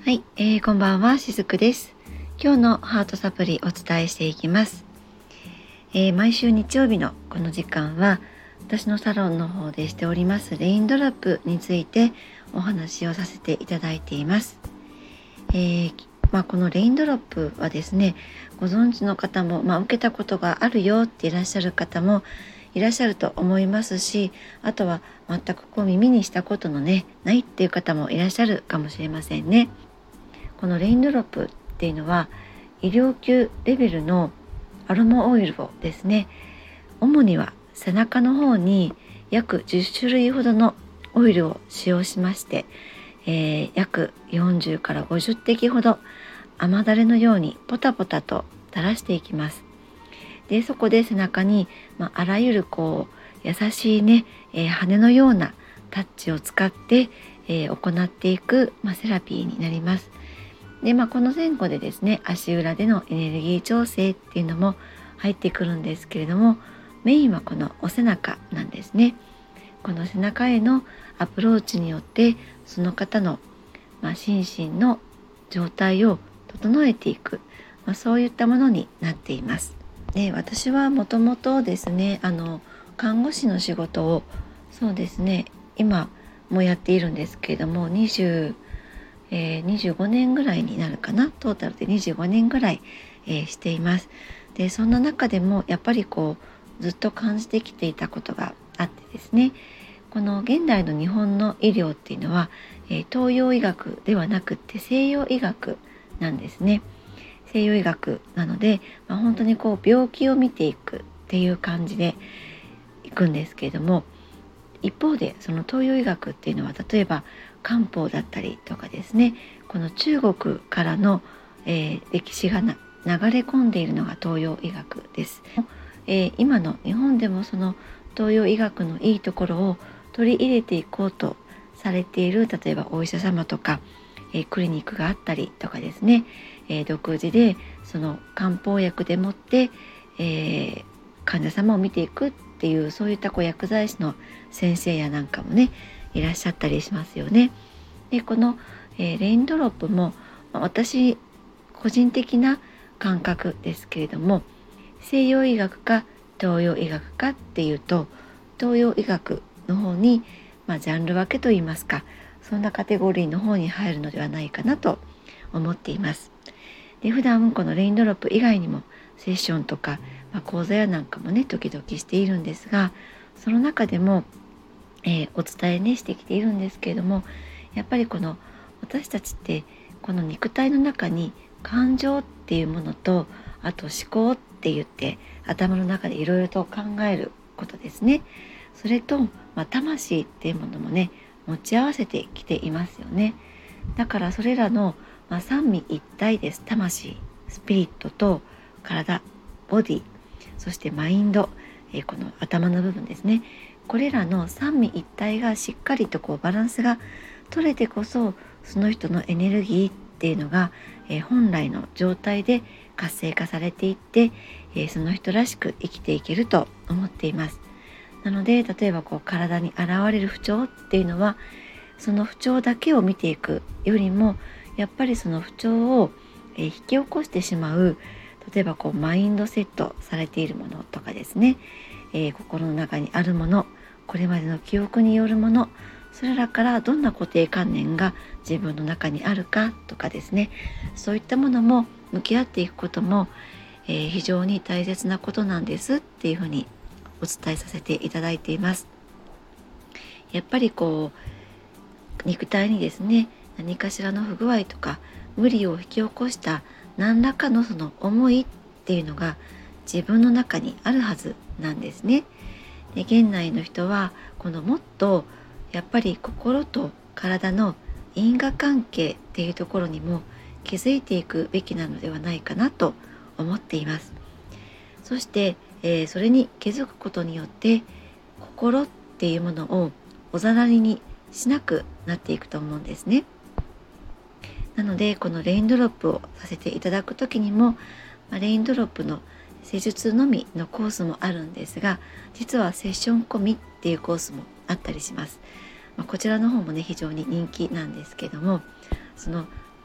はい、こんばんは、しずくです。今日のハートサプリお伝えしていきます。毎週日曜日のこの時間は私のサロンの方でしておりますレインドロップについてお話をさせていただいています。このレインドロップはですね、ご存知の方も、受けたことがあるよっていらっしゃる方もいらっしゃると思いますし、あとは全く耳にしたことのねないっていう方もいらっしゃるかもしれませんね。このレインドロップっていうのは医療級レベルのアロマオイルをですね、主には背中の方に約10種類ほどのオイルを使用しまして、約40から50滴ほど雨だれのようにポタポタと垂らしていきます。でそこで背中に、あらゆる優しいね、羽のようなタッチを使って、行っていく、セラピーになります。で、この前後でですね、足裏でのエネルギー調整っていうのも入ってくるんですけれども、メインはこのお背中なんですね。この背中へのアプローチによってその方の、心身の状態を整えていく、そういったものになっています。で、私はもともとですね、看護師の仕事をそうですね、今もやっているんですけれども、25年ぐらいになるかな、トータルで25年ぐらい、しています。でそんな中でもやっぱりずっと感じてきていたことがあってですね、この現代の日本の医療っていうのは、東洋医学ではなくって西洋医学なんですね。西洋医学なので、本当に病気を見ていくっていう感じでいくんですけれども、一方でその東洋医学っていうのは例えば漢方だったりとかですね、この中国からの、歴史が流れ込んでいるのが東洋医学です。今の日本でもその東洋医学のいいところを取り入れていこうとされている、例えばお医者様とか、クリニックがあったりとかですね、独自でその漢方薬でもって、患者様を見ていくっていう、そういった薬剤師の先生やなんかもねいらっしゃったりしますよね。でこの、レインドロップも、私個人的な感覚ですけれども、西洋医学か東洋医学かっていうと東洋医学の方に、ジャンル分けといいますか、そんなカテゴリーの方に入るのではないかなと思っています。で普段このレインドロップ以外にもセッションとか、講座やなんかもね時々しているんですが、その中でも、お伝えねしてきているんですけれども、やっぱりこの私たちってこの肉体の中に感情っていうものと、あと思考って言って頭の中でいろいろと考えることですね。それと、魂っていうものもね持ち合わせてきていますよね。だからそれらの、三位一体です。魂、スピリットと体、ボディ、そしてマインド、この頭の部分ですね。これらの三位一体がしっかりとバランスが取れてこそ、その人のエネルギーっていうのが、本来の状態で活性化されていって、その人らしく生きていけると思っています。なので例えば体に現れる不調っていうのは、その不調だけを見ていくよりも、やっぱりその不調を、引き起こしてしまう、例えばマインドセットされているものとかですね、心の中にあるもの、これまでの記憶によるもの、それらからどんな固定観念が自分の中にあるかとかですね、そういったものも向き合っていくことも、非常に大切なことなんですっていうふうにお伝えさせていただいています。やっぱり肉体にですね、何かしらの不具合とか無理を引き起こした何らかのその思いっていうのが自分の中にあるはずなんですね。で現代の人はこのもっとやっぱり心と体の因果関係っていうところにも気づいていくべきなのではないかなと思っています。そして、それに気づくことによって心っていうものをおざなりにしなくなっていくと思うんですね。なのでこのレインドロップをさせていただく時にも、レインドロップの施術のみのコースもあるんですが、実はセッション込みっていうコースもあったりします。こちらの方もね非常に人気なんですけども、その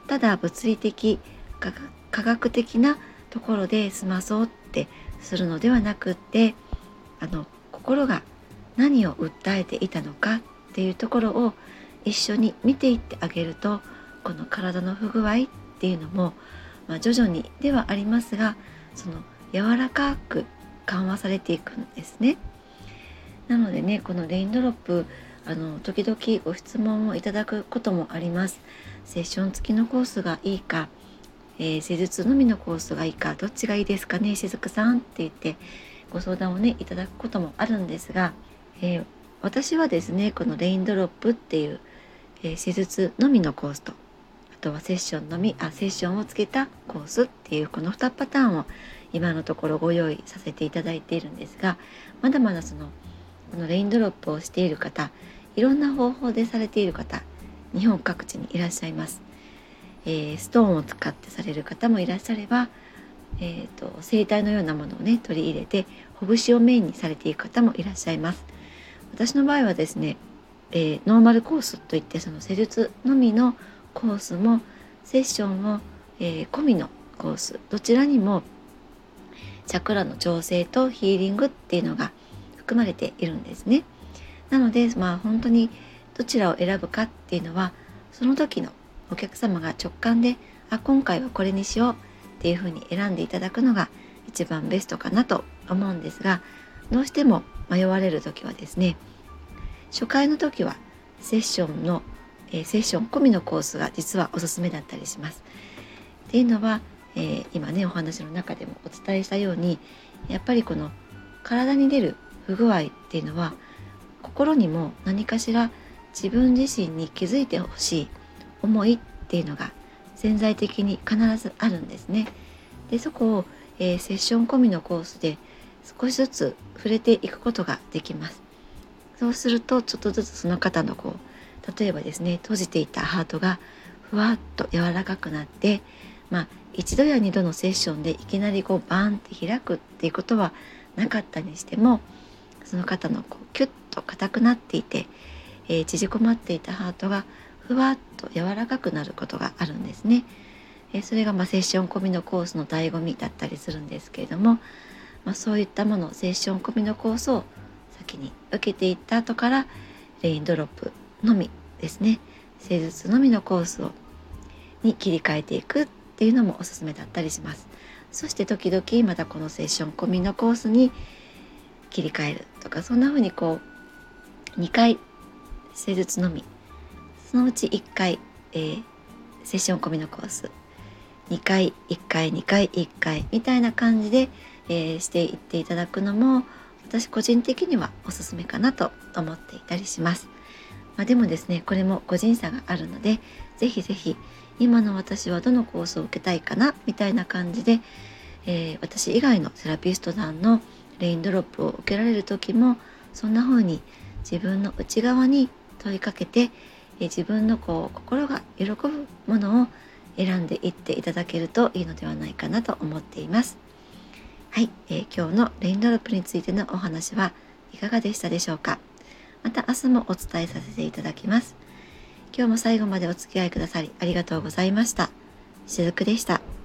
ただ物理的科学的なところで済まそうってするのではなくって、心が何を訴えていたのかっていうところを一緒に見ていってあげると、この体の不具合っていうのも、徐々にではありますが、その柔らかく緩和されていくんですね。なのでね、このレインドロップ、時々ご質問をいただくこともあります。セッション付きのコースがいいか、施術のみのコースがいいか、どっちがいいですかね、しずくさんって言ってご相談をねいただくこともあるんですが、私はですね、このレインドロップっていう、施術のみのコースと、あとはセッションをつけたコースっていう、この2パターンを今のところご用意させていただいているんですが、まだまだこのレインドロップをしている方、いろんな方法でされている方、日本各地にいらっしゃいます。ストーンを使ってされる方もいらっしゃれば、整体のようなものをね取り入れて拳をメインにされている方もいらっしゃいます。私の場合はですね、ノーマルコースといって、その施術のみのコースもセッションも、込みのコース、どちらにもチャクラの調整とヒーリングっていうのが含まれているんですね。なので本当にどちらを選ぶかっていうのは、その時のお客様が直感で、今回はこれにしようっていうふうに選んでいただくのが一番ベストかなと思うんですが、どうしても迷われる時はですね、初回の時はセッション込みのコースが実はおすすめだったりします。っていうのは、今ねお話の中でもお伝えしたように、やっぱりこの体に出る不具合っていうのは、心にも何かしら自分自身に気づいてほしい思いっていうのが潜在的に必ずあるんですね。でそこを、セッション込みのコースで少しずつ触れていくことができます。そうするとちょっとずつその方の例えばですね、閉じていたハートがふわっと柔らかくなって、一度や二度のセッションでいきなりバーンって開くっていうことはなかったにしても、その方のキュッと硬くなっていて、縮こまっていたハートがふわっと柔らかくなることがあるんですね。それがセッション込みのコースの醍醐味だったりするんですけれども、そういったもの、セッション込みのコースを先に受けていった後からレインドロップのみですね、施術のみのコースに切り替えていくっていうのもおすすめだったりします。そして時々またこのセッション込みのコースに切り替えるとか、そんな風に2回施術のみ、そのうち1回、セッション込みのコース、2回1回2回1回みたいな感じで、していっていただくのも、私個人的にはおすすめかなと思っていたりします。でもですね、これも個人差があるので、ぜひぜひ今の私はどのコースを受けたいかなみたいな感じで、私以外のセラピストさんのレインドロップを受けられる時も、そんな風に自分の内側に問いかけて、自分の心が喜ぶものを選んでいっていただけるといいのではないかなと思っています。はい、今日のレインドロップについてのお話はいかがでしたでしょうか。また明日もお伝えさせていただきます。今日も最後までお付き合いくださりありがとうございました。しずくでした。